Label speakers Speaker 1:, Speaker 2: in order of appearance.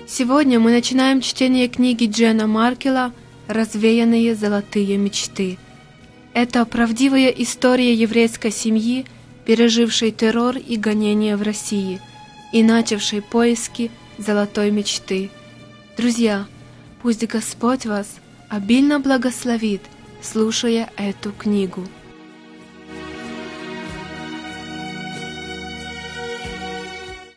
Speaker 1: Сегодня мы начинаем чтение книги Джена Маркела «Развеянные золотые мечты». Это правдивая история еврейской семьи, пережившей террор и гонения в России и начавшей поиски золотой мечты. Друзья, пусть Господь вас обильно благословит, слушая эту книгу.